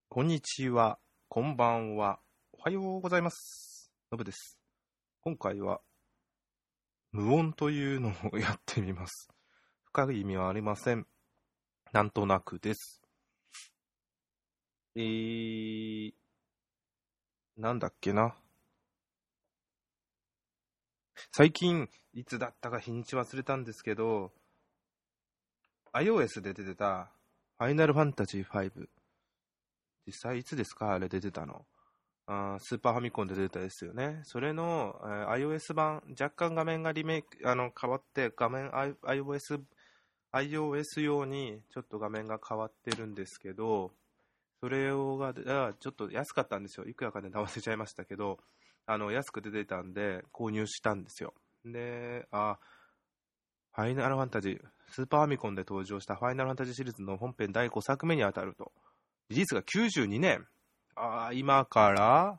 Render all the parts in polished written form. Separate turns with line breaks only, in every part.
こんにちは、こんばんは、おはようございます。のぶです。今回は無音というのをやってみます。深い意味はありません。なんとなくです。なんだっけな。最近、いつだったか日にち忘れたんですけど、iOS で出てたファイナルファンタジー5。実際いつですかあれ出てたの。スーパーファミコンで出たですよね。それの、iOS 版、若干画面が変わって、画面、iOS 用にちょっと画面が変わってるんですけど、それがちょっと安かったんですよ。いくらかで忘れちゃいましたけど、安く出てたんで購入したんですよ。で、ファイナルファンタジー、スーパーファミコンで登場したファイナルファンタジーシリーズの本編第5作目にあたると。リリースが92年。今から、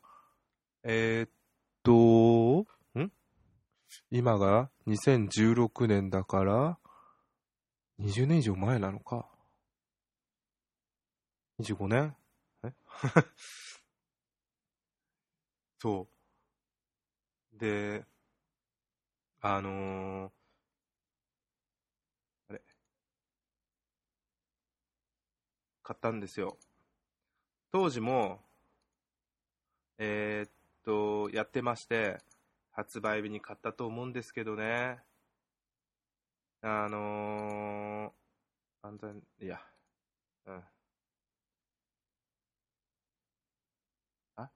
えーっと、今が2016年だから、20年以上前なのか。25年そう。で、あのあれ、買ったんですよ。当時も、やってまして、発売日に買ったと思うんですけどね。あの安全、いや、うん。あ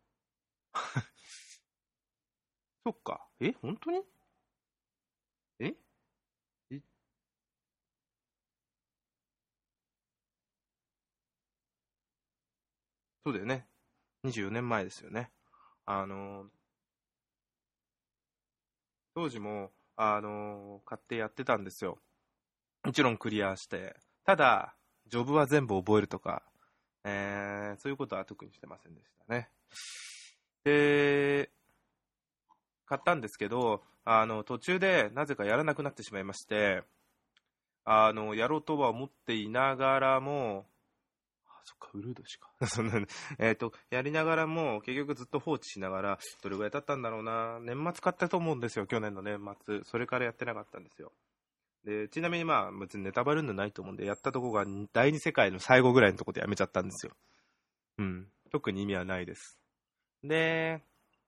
そっか。本当にえいそうだよね。24年前ですよね。あのー当時も、買ってやってたんですよ。もちろんクリアして。ただ、ジョブは全部覚えるとか、そういうことは特にしてませんでしたね。で、買ったんですけど、途中でなぜかやらなくなってしまいまして、やろうとは思っていながらも、そっか、ウルード氏か。そんなねやりながらも、結局ずっと放置しながら、どれぐらい経ったんだろうな。年末買ったと思うんですよ、去年の年末。それからやってなかったんですよ。で、ちなみに別にネタバレるのないと思うんで、やったとこが第二世界の最後ぐらいのとこでやめちゃったんですよ。うん。特に意味はないです。で、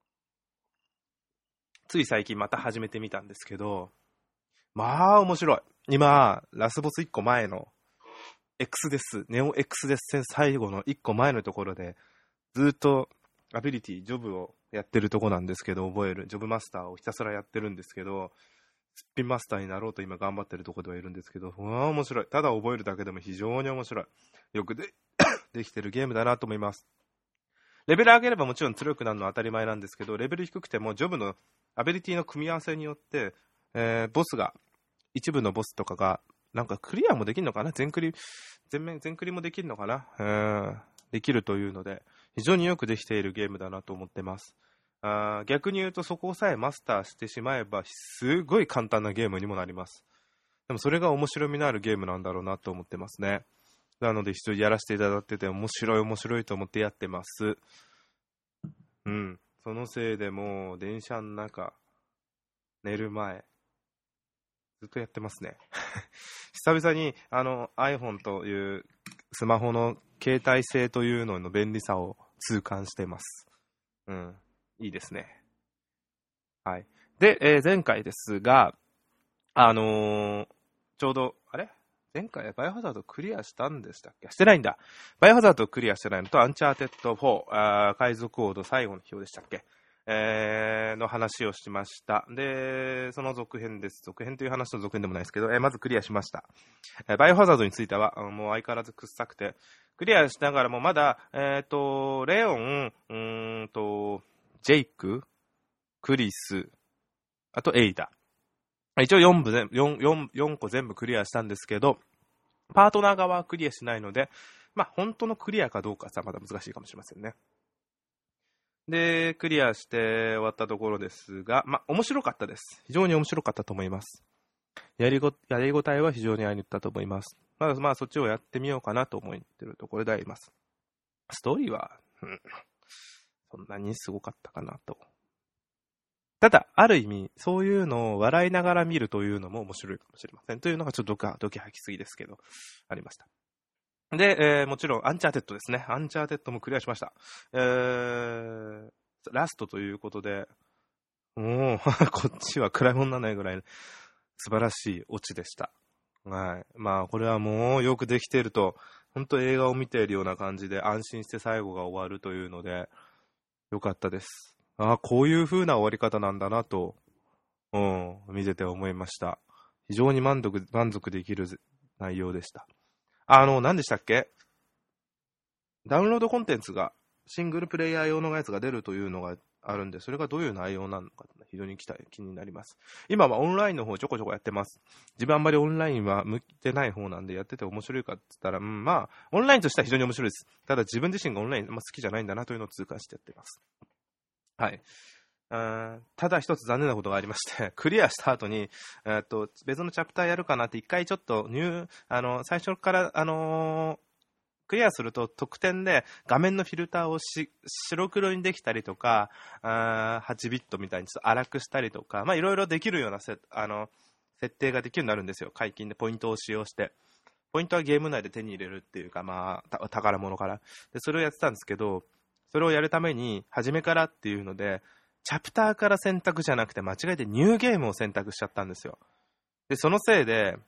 つい最近また始めてみたんですけど、面白い。今、ラスボス1個前の X です。ネオ X です戦最後の1個前のところで、ずっとアビリティ、ジョブをやってるとこなんですけど、覚える。ジョブマスターをひたすらやってるんですけど、スピンマスターになろうと今頑張ってるとこではいるんですけど、面白い。ただ覚えるだけでも非常に面白い。よくでできてるゲームだなと思います。レベル上げればもちろん強くなるのは当たり前なんですけど、レベル低くてもジョブのアビリティの組み合わせによって、ボスが、一部のボスとかが、なんかクリアもできるのかな全クリもできるのかなできるというので、非常によくできているゲームだなと思ってます。逆に言うとそこさえマスターしてしまえば、すごい簡単なゲームにもなります。でもそれが面白みのあるゲームなんだろうなと思ってますね。なので一人やらせていただいてて面白いと思ってやってます。うん。そのせいでもう電車の中、寝る前、ずっとやってますね。久々にiPhone というスマホの携帯性というのの便利さを痛感してます。うん。いいですね。はい。で、前回ですが、ちょうど、前回バイオハザードクリアしたんでしたっけしてないんだ。バイオハザードクリアしてないのと、アンチャーテッド4、海賊王の最後の表でしたっけの話をしました。で、その続編です。続編という話の続編でもないですけど、まずクリアしました。バイオハザードについては、もう相変わらずくっさくて、クリアしながらもまだ、レオン、ジェイク、クリス、あとエイダ。一応4個全部クリアしたんですけど、パートナー側はクリアしないので、本当のクリアかどうかはまだ難しいかもしれませんね。で、クリアして終わったところですが、面白かったです。非常に面白かったと思います。やりごたえは非常にありったと思います。そっちをやってみようかなと思っているところであります。 ストーリーは、そんなにすごかったかなと。ただ、ある意味、そういうのを笑いながら見るというのも面白いかもしれません。というのがちょっとドキ吐きすぎですけど、ありました。で、もちろん、アンチャーテッドですね。アンチャーテッドもクリアしました。ラストということで、もう、こっちは暗いもんならないぐらい素晴らしいオチでした。はい。まあ、これはもうよくできていると、本当映画を見ているような感じで安心して最後が終わるというので、よかったです。こういう風な終わり方なんだなと、見てて思いました。非常に満足できる内容でした。何でしたっけ？ダウンロードコンテンツが、シングルプレイヤー用のやつが出るというのがあるんで、それがどういう内容なのか非常に気になります。今はオンラインの方ちょこちょこやってます。自分あんまりオンラインは向いてない方なんでやってて面白いかって言ったら、まあ、オンラインとしては非常に面白いです。ただ自分自身がオンライン、好きじゃないんだなというのを痛感してやってます。はい。ただ一つ残念なことがありまして、クリアした後に、別のチャプターやるかなって一回ちょっと最初から、クリアすると特典で画面のフィルターを白黒にできたりとか、8ビットみたいにちょっと荒くしたりとか、いろいろできるような設定ができるようになるんですよ。解禁でポイントを使用して。ポイントはゲーム内で手に入れるっていうか、宝物から。で、それをやってたんですけど、それをやるために、初めからっていうので、チャプターから選択じゃなくて間違えてニューゲームを選択しちゃったんですよ。で、そのせいで、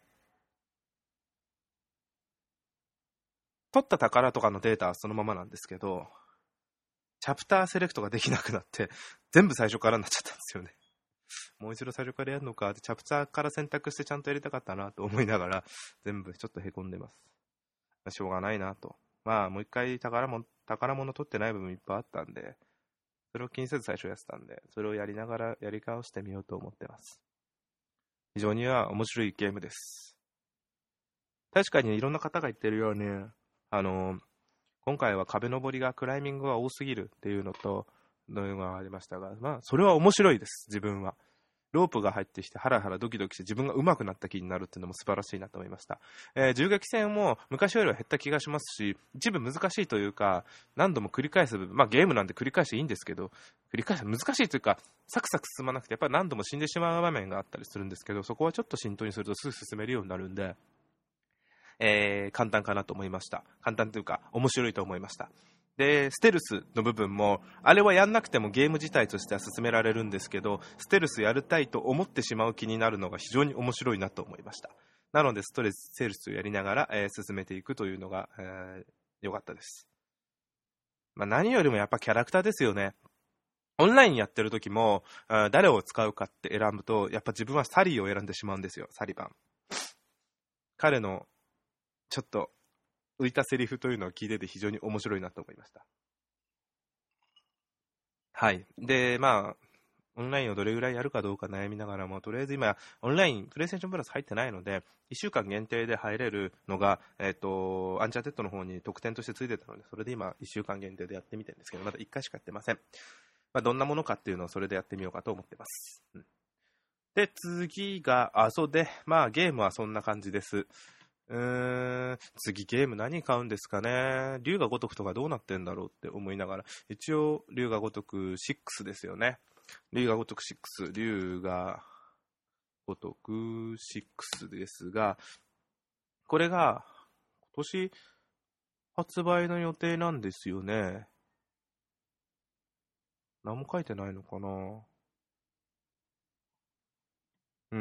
取った宝とかのデータはそのままなんですけど、チャプターセレクトができなくなって、全部最初からになっちゃったんですよね。もう一度最初からやるのか、チャプターから選択してちゃんとやりたかったなと思いながら、全部ちょっとへこんでます。しょうがないなと。もう一回宝物取ってない部分いっぱいあったんで、それを気にせず最初やってたんで、それをやりながらやり直してみようと思ってます。非常には面白いゲームです。確かにいろんな方が言ってるように、今回は壁登りが、クライミングが多すぎるっていうのと、のいうのがありましたが、それは面白いです、自分は。ロープが入ってきて、ハラハラドキドキして自分が上手くなった気になるっていうのも素晴らしいなと思いました。銃撃戦も昔よりは減った気がしますし、一部難しいというか、何度も繰り返す部分、ゲームなんで繰り返していいんですけど、繰り返す難しいというか、サクサク進まなくて、やっぱり何度も死んでしまう場面があったりするんですけど、そこはちょっと浸透にするとすぐ進めるようになるんで、簡単かなと思いました。簡単というか、面白いと思いました。で、ステルスの部分も、あれはやんなくてもゲーム自体としては進められるんですけど、ステルスやりたいと思ってしまう気になるのが非常に面白いなと思いました。なので、ステルスをやりながら、進めていくというのが、良かったです。何よりもやっぱキャラクターですよね。オンラインやってる時も、誰を使うかって選ぶと、やっぱ自分はサリーを選んでしまうんですよ、サリバン。彼の、ちょっと、浮いたセリフというのを聞いてて非常に面白いなと思いました。はい。で、オンラインをどれぐらいやるかどうか悩みながらも、とりあえず今、オンライン、プレイステーションプラス入ってないので、1週間限定で入れるのが、アンチャーテッドの方に特典としてついてたので、それで今、1週間限定でやってみてるんですけど、まだ1回しかやってません。どんなものかっていうのをそれでやってみようかと思ってます。で、次が、そうで、ゲームはそんな感じです。次ゲーム何買うんですかね。龍が如くとかどうなってんだろうって思いながら、一応龍が如く6ですよね。龍が如く6、龍が如く6ですが、これが今年発売の予定なんですよね。何も書いてないのかな。うん。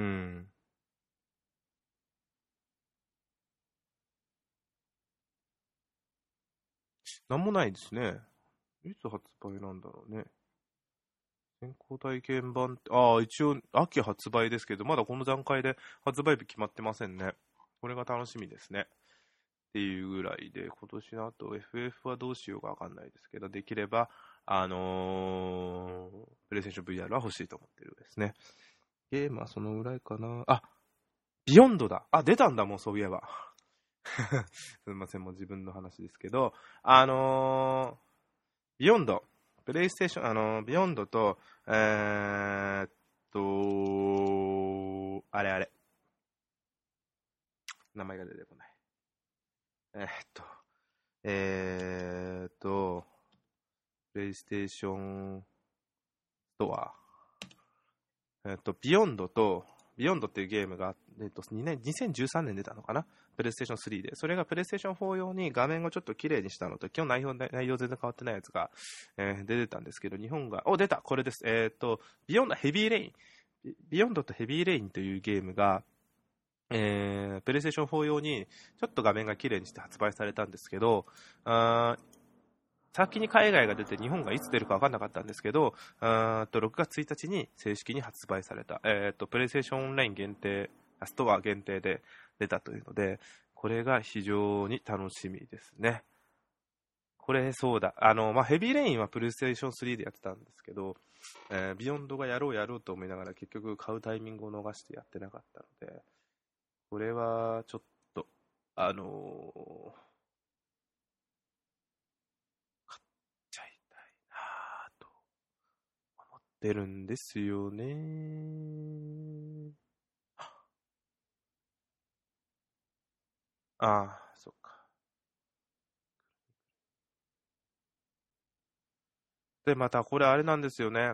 何もないですね。いつ発売なんだろうね。先行体験版って、一応秋発売ですけど、まだこの段階で発売日決まってませんね。これが楽しみですね。っていうぐらいで、今年の後 FF はどうしようかわかんないですけど、できれば、プレイステーション VR は欲しいと思ってるですね。ゲームはそのぐらいかな。ビヨンドだ。出たんだ、もうそういえば。すみません、もう自分の話ですけど、ビヨンド。プレイステーション、ビヨンドと、あれあれ。名前が出てこない。 プレイステーションストア、ビヨンドっていうゲームが、2013年出たのかな、プレイステーション3で。それがプレイステーション4用に画面をちょっと綺麗にしたのと、基本内容全然変わってないやつが、出てたんですけど、日本が、出たこれです。ビヨンドヘビーレイン。ビヨンドとヘビーレインというゲームが、プレイステーション4用にちょっと画面が綺麗にして発売されたんですけど、先に海外が出て日本がいつ出るか分かんなかったんですけど、6月1日に正式に発売された、プレイステーションオンライン限定、ストア限定で出たというので、これが非常に楽しみですね。これそうだ、ヘビーレインはプレイステーション3でやってたんですけど、ビヨンドがやろうと思いながら結局買うタイミングを逃してやってなかったので、これはちょっと、買っちゃいたいなと思ってるんですよね。ああ、そっか。で、またこれあれなんですよね。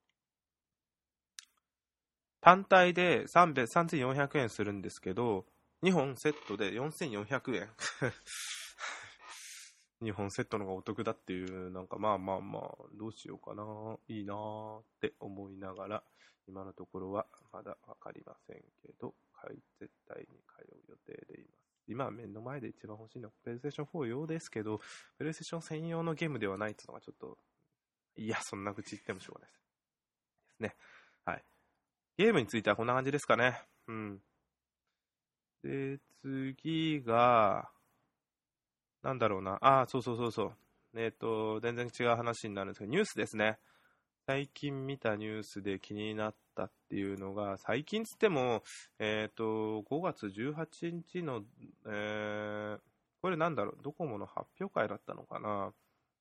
単体で3400円するんですけど、2本セットで4400円。2本セットの方がお得だっていう、なんかまあ、どうしようかな、いいなーって思いながら、今のところはまだわかりませんけど、絶対に通う予定でいます。今、目の前で一番欲しいのはプレイステーション4用ですけど、プレイステーション専用のゲームではないっていうのがちょっと、いや、そんな口言ってもしょうがないですね。はい。ゲームについてはこんな感じですかね。うん。で、次が、なんだろうな。そう。全然違う話になるんですけど、ニュースですね。最近見たニュースで気になったっていうのが、最近つっても、5月18日の、これなんだろう、ドコモの発表会だったのかな。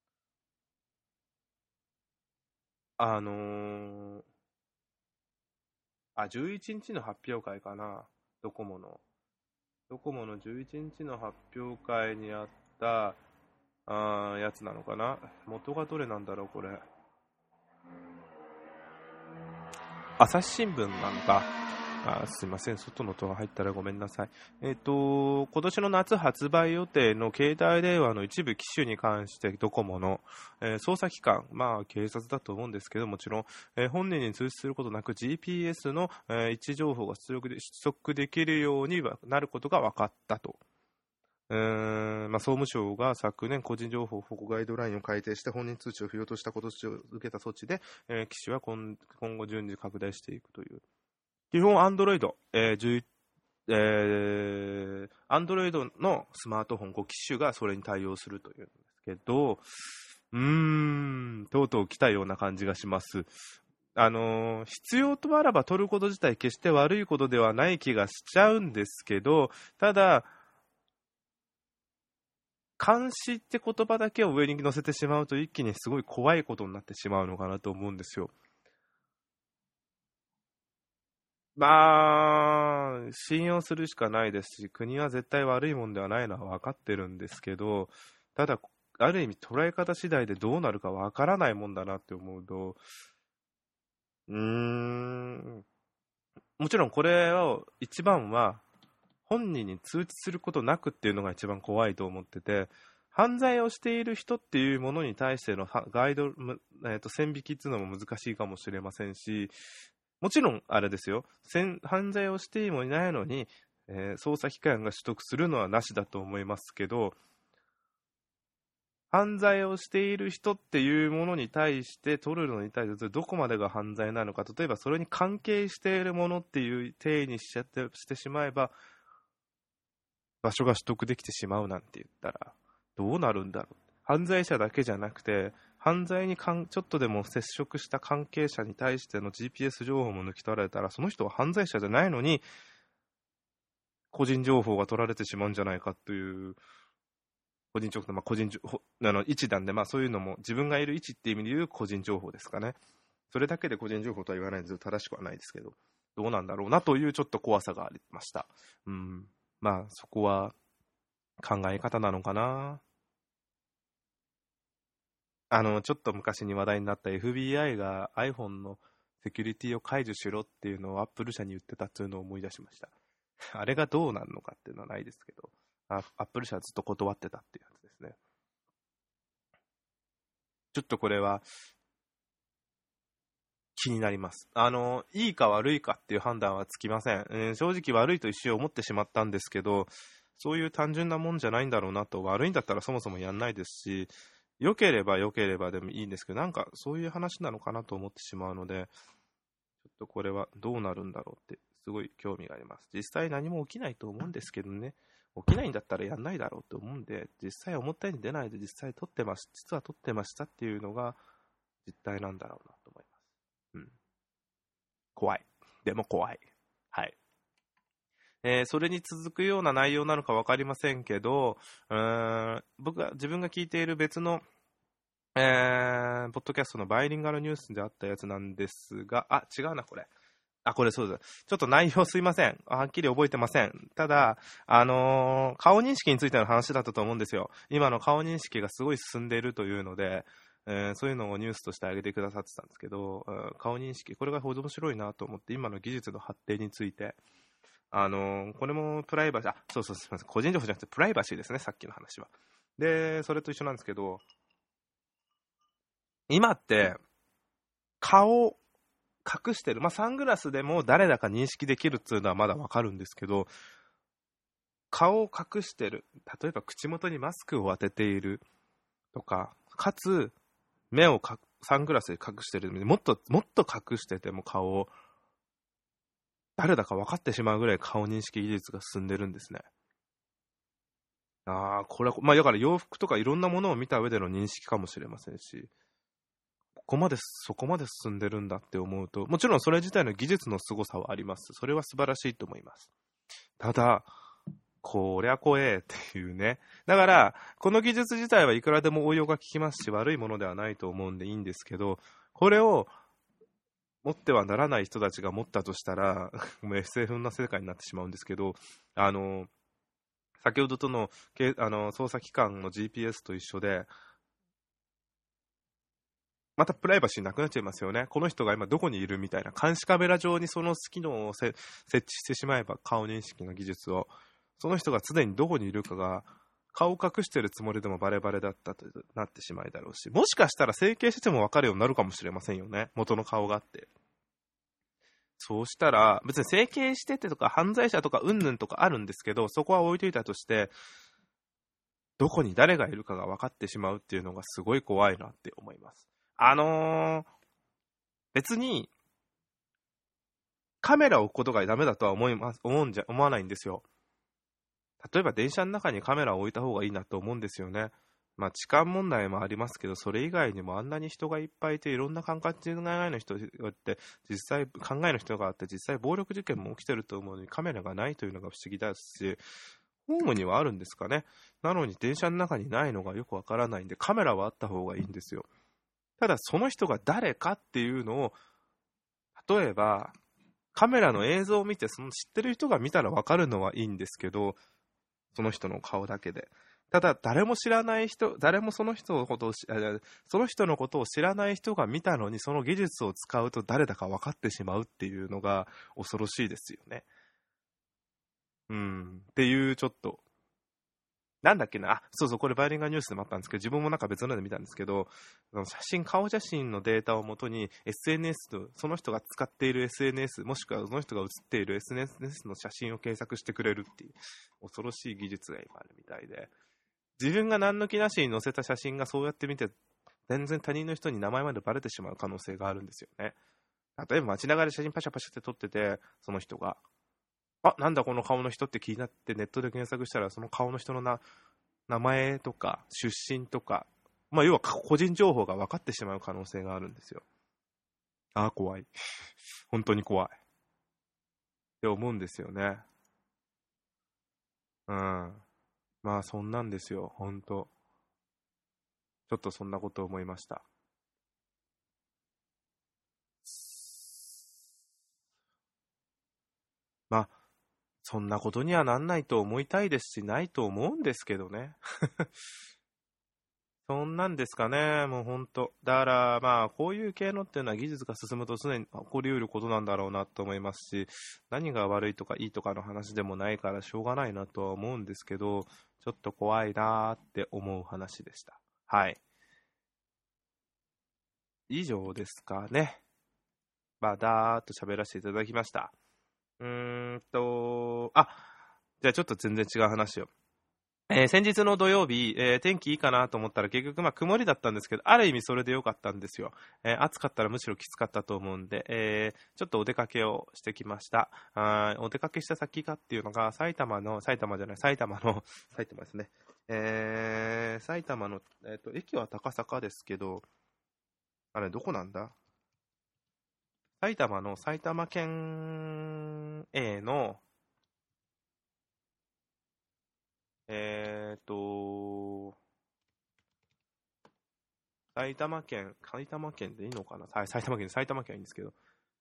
あのー、11日の発表会かな。ドコモの。ドコモの11日の発表会にあったやつなのかな。元がどれなんだろう、これ。朝日新聞なのか。すいません、外の音が入ったらごめんなさい。今年の夏発売予定の携帯電話の一部機種に関してドコモの、捜査機関、警察だと思うんですけど、もちろん、本人に通知することなく GPS の、位置情報が出力できるようになることが分かったと。総務省が昨年個人情報保護ガイドラインを改定して本人通知を不要としたことを受けた措置で、機種は今後順次拡大していくという。基本 Android、Android のスマートフォン5機種がそれに対応するというんですけど、とうとう来たような感じがします。必要とあらば取ること自体決して悪いことではない気がしちゃうんですけど、ただ、監視って言葉だけを上に乗せてしまうと一気にすごい怖いことになってしまうのかなと思うんですよ。信用するしかないですし、国は絶対悪いもんではないのは分かってるんですけど、ただ、ある意味捉え方次第でどうなるか分からないもんだなって思うと、もちろんこれを一番は本人に通知することなくっていうのが一番怖いと思ってて、犯罪をしている人っていうものに対してのガイド、線引きっていうのも難しいかもしれませんし、もちろんあれですよ、犯罪をしてもいないのに、捜査機関が取得するのはなしだと思いますけど、犯罪をしている人っていうものに対して取るのに対してどこまでが犯罪なのか、例えばそれに関係しているものっていう定義にしてしまえば場所が取得できてしまうなんて言ったらどうなるんだろう。犯罪者だけじゃなくて犯罪にちょっとでも接触した関係者に対しての GPS 情報も抜き取られたら、その人は犯罪者じゃないのに個人情報が取られてしまうんじゃないかという、個人情報、個人情報位置なんで、そういうのも自分がいる位置っていう意味で言う個人情報ですかね。それだけで個人情報とは言わないので正しくはないですけど、どうなんだろうなというちょっと怖さがありました。そこは考え方なのかな。 ちょっと昔に話題になった FBI が iPhone のセキュリティを解除しろっていうのを Apple 社に言ってたっていうのを思い出しました。あれがどうなるのかっていうのはないですけど、Apple 社はずっと断ってたっていうやつですね。ちょっとこれは気になります。いいか悪いかっていう判断はつきません。正直悪いと一瞬思ってしまったんですけど、そういう単純なもんじゃないんだろうなと。悪いんだったらそもそもやんないですし、良ければ良ければでもいいんですけど、なんかそういう話なのかなと思ってしまうので、ちょっとこれはどうなるんだろうってすごい興味があります。実際何も起きないと思うんですけどね、起きないんだったらやんないだろうと思うんで、実際思ったように出ないで実は撮ってましたっていうのが実態なんだろうなと思います。うん。怖い。でも怖い。はい。それに続くような内容なのか分かりませんけど、自分が聞いている別の、ポッドキャストのバイリンガルニュースであったやつなんですが、違うな、これ。これそうだ。ちょっと内容すいません。はっきり覚えてません。ただ、顔認識についての話だったと思うんですよ。今の顔認識がすごい進んでいるというので、そういうのをニュースとして挙げてくださってたんですけど、顔認識、これが面白いなと思って、今の技術の発展について、これもプライバシー、そうそう、すみません。個人情報じゃなくてプライバシーですね、さっきの話は。で、それと一緒なんですけど、今って、顔を隠してる。サングラスでも誰だか認識できるっていうのはまだわかるんですけど、顔を隠してる。例えば口元にマスクを当てているとか、かつ、目をサングラスで隠してる。もっと隠してても顔を、誰だか分かってしまうぐらい顔認識技術が進んでるんですね。これは、だから洋服とかいろんなものを見た上での認識かもしれませんし、そこまで進んでるんだって思うと、もちろんそれ自体の技術の凄さはあります。それは素晴らしいと思います。ただ、こりゃ怖えっていうね。だから、この技術自体はいくらでも応用が効きますし、悪いものではないと思うんでいいんですけど、これを持ってはならない人たちが持ったとしたら、もう SF な世界になってしまうんですけど、先ほどとの、捜査機関の GPS と一緒で、またプライバシーなくなっちゃいますよね。この人が今どこにいるみたいな、監視カメラ上にその機能を設置してしまえば、顔認識の技術を、その人が常にどこにいるかが、顔を隠してるつもりでもバレバレだったとなってしまいだろうし、もしかしたら整形してても分かるようになるかもしれませんよね。元の顔があって。そうしたら、別に整形しててとか犯罪者とかうんぬんとかあるんですけど、そこは置いといたとして、どこに誰がいるかが分かってしまうっていうのがすごい怖いなって思います。別にカメラを置くことがダメだとは思わないんですよ。例えば電車の中にカメラを置いた方がいいなと思うんですよね。痴漢問題もありますけど、それ以外にもあんなに人がいっぱいいて、いろんな考えの人があって、考えの人があって、実際暴力事件も起きてると思うのに、カメラがないというのが不思議だし、ホームにはあるんですかね。なのに電車の中にないのがよくわからないんで、カメラはあった方がいいんですよ。ただその人が誰かっていうのを、例えば、カメラの映像を見て、その知ってる人が見たらわかるのはいいんですけど、その人の顔だけで。ただ、誰も知らない人、誰もその人のことを知らない人が見たのに、その技術を使うと誰だか分かってしまうっていうのが恐ろしいですよね。っていう、ちょっと、なんだっけな、そうそう、これバイリンガーニュースでもあったんですけど、自分もなんか別ので見たんですけど、顔写真のデータをもとに SNS と、その人が使っている SNS、もしくはその人が写っている SNS の写真を検索してくれるっていう、恐ろしい技術が今あるみたいで、自分が何の気なしに載せた写真がそうやって見て、全然他人の人に名前までバレてしまう可能性があるんですよね。例えば街中で写真パシャパシャって撮ってて、その人が、なんだこの顔の人って気になってネットで検索したら、その顔の人の名前とか出身とか、要は個人情報が分かってしまう可能性があるんですよ。怖い。本当に怖い。って思うんですよね。うん。そんなんですよ。本当。ちょっとそんなことを思いました。そんなことにはなんないと思いたいですし、ないと思うんですけどね。 そんなんですかね、もうほんと。だから、まあ、こういう系のっていうのは技術が進むと常に起こりうることなんだろうなと思いますし、何が悪いとかいいとかの話でもないからしょうがないなとは思うんですけど、ちょっと怖いなーって思う話でした。はい。以上ですかね。まあ、だーっと喋らせていただきました。あ、じゃあちょっと全然違う話を。先日の土曜日、天気いいかなと思ったら結局まあ曇りだったんですけど、ある意味それで良かったんですよ。暑かったらむしろきつかったと思うんで、ちょっとお出かけをしてきました。お出かけした先かっていうのが、埼玉の、埼玉じゃない、埼玉の、埼玉ですね。埼玉の、駅は高坂ですけど、あれ、どこなんだ？埼玉の埼玉県営の、えーと、埼玉県でいいのかな、埼玉県いいんですけど、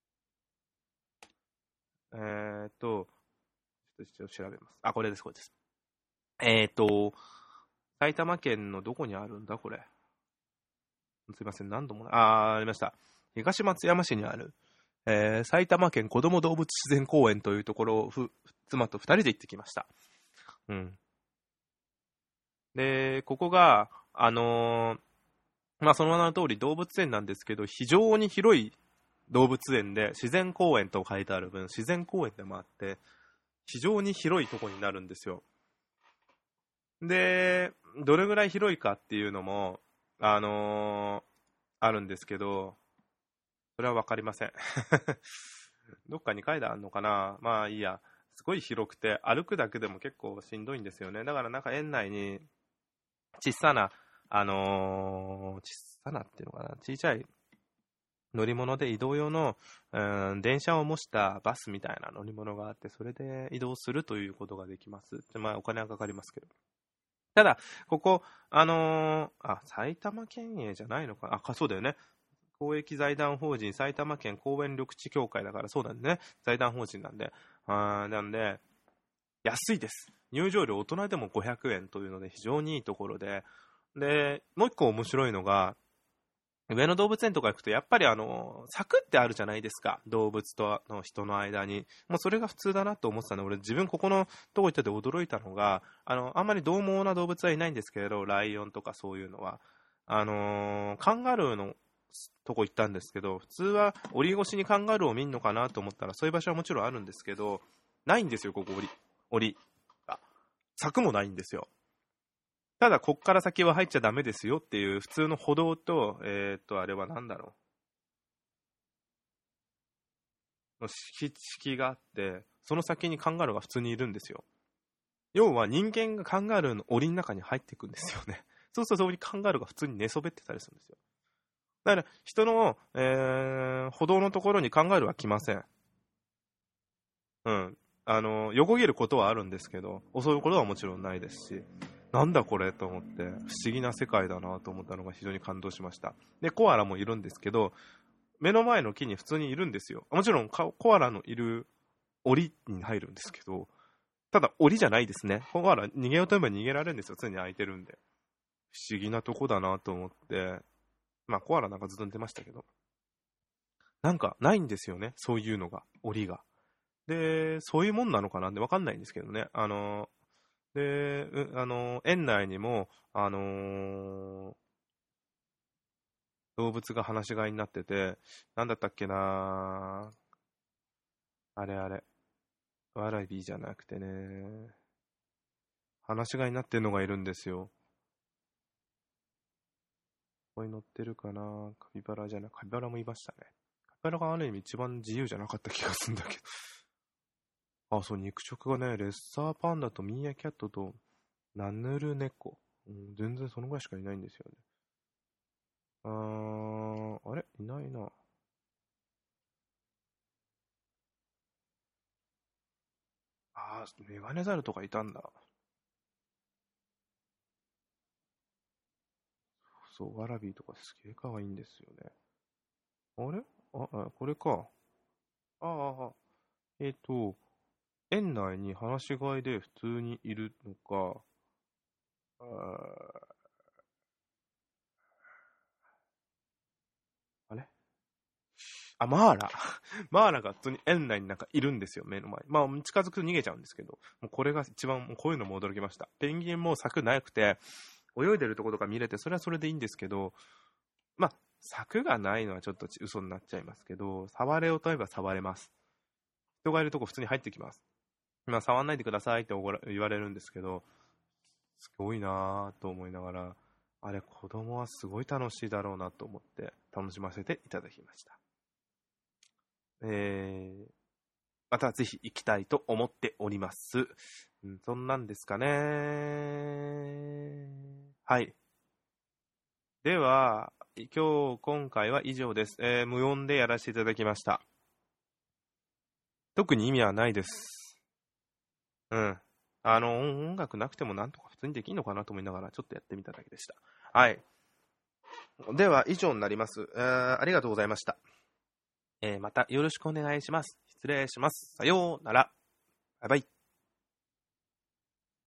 えーと、ちょっと調べます。あ、これです、これです。えーと、埼玉県のどこにあるんだ、これ。すいません、何度もありました。東松山市にある、埼玉県子ども動物自然公園というところを妻と2人で行ってきました。うん。で、ここが、まあ、その名の通り動物園なんですけど、非常に広い動物園で、自然公園と書いてある分、自然公園でもあって、非常に広いところになるんですよ。で、どれぐらい広いかっていうのも、あるんですけど、それはわかりません。どっかに書いてあるのかな、まあいいや。すごい広くて、歩くだけでも結構しんどいんですよね。だからなんか園内に、小さな、小さなっていうのかな、小さい乗り物で移動用の、電車を模したバスみたいな乗り物があって、それで移動するということができます。まあお金はかかりますけど。ただ、ここ、埼玉県営じゃないのかな、そうだよね。公益財団法人埼玉県公園緑地協会だからそうなんでね。財団法人なんで。なんで、安いです。入場料大人でも500円というので非常にいいところで。で、もう一個面白いのが、上野動物園とか行くと、やっぱり柵ってあるじゃないですか。動物との人の間に。もうそれが普通だなと思ってたので、俺自分ここのとこ行ってて驚いたのが、あんまり獰猛な動物はいないんですけれど、ライオンとかそういうのは。カンガルーのとこ行ったんですけど、普通は檻越しにカンガルーを見るのかなと思ったら、そういう場所はもちろんあるんですけど、ないんですよ、ここ檻が。柵もないんですよ。ただ、こっから先は入っちゃダメですよっていう普通の歩道と、あれは何だろう、の敷があって、その先にカンガルーが普通にいるんですよ。要は人間がカンガルーの檻の中に入っていくんですよね。そうするとそこにカンガルーが普通に寝そべってたりするんですよ。だから人の、歩道のところにカンガルーは来ません。うん。横切ることはあるんですけど、襲うことはもちろんないですし、なんだこれと思って、不思議な世界だなと思ったのが非常に感動しました。で、コアラもいるんですけど、目の前の木に普通にいるんですよ。もちろんコアラのいる檻に入るんですけど、ただ檻じゃないですね。コアラ逃げようと思えば逃げられるんですよ。常に空いてるんで。不思議なとこだなと思って、まあコアラなんかずっと寝てましたけど、なんかないんですよね。そういうのが、檻が。で、そういうもんなのかなってわかんないんですけどね。で、園内にも、動物が放し飼いになってて、なんだったっけな、あれあれ、ワラビーじゃなくてね、放し飼いになってるのがいるんですよ。ここに乗ってるかな、カピバラじゃない、カピバラもいましたね。カピバラがある意味一番自由じゃなかった気がするんだけど。あ、そう、肉食がね、レッサーパンダとミーアキャットとナヌルネコ。うん、全然そのぐらいしかいないんですよね。あれいないな。メガネザルとかいたんだ。そう、ワラビーとかすげえ可愛いんですよね。あれこれか。ああ、えっと、園内に放し飼いで普通にいるのか、あマーラ。マーラが普通に園内になんかいるんですよ、目の前。まあ、近づくと逃げちゃうんですけど、もうこれが一番、もうこういうのも驚きました。ペンギンも柵なくて、泳いでるところとか見れて、それはそれでいいんですけど、まあ、柵がないのはちょっと嘘になっちゃいますけど、触れようと思えば触れます。人がいるとこ普通に入ってきます。まあ、触んないでくださいって言われるんですけど、すごいなぁと思いながら、あれ、子供はすごい楽しいだろうなと思って楽しませていただきました。またぜひ行きたいと思っております。そんなんですかね。はい。では、今回は以上です。無音でやらせていただきました。特に意味はないです。うん。音楽なくてもなんとか普通にできんのかなと思いながらちょっとやってみただけでした。はい。では、以上になります。ありがとうございました。またよろしくお願いします。失礼します。さようなら。バイバイ。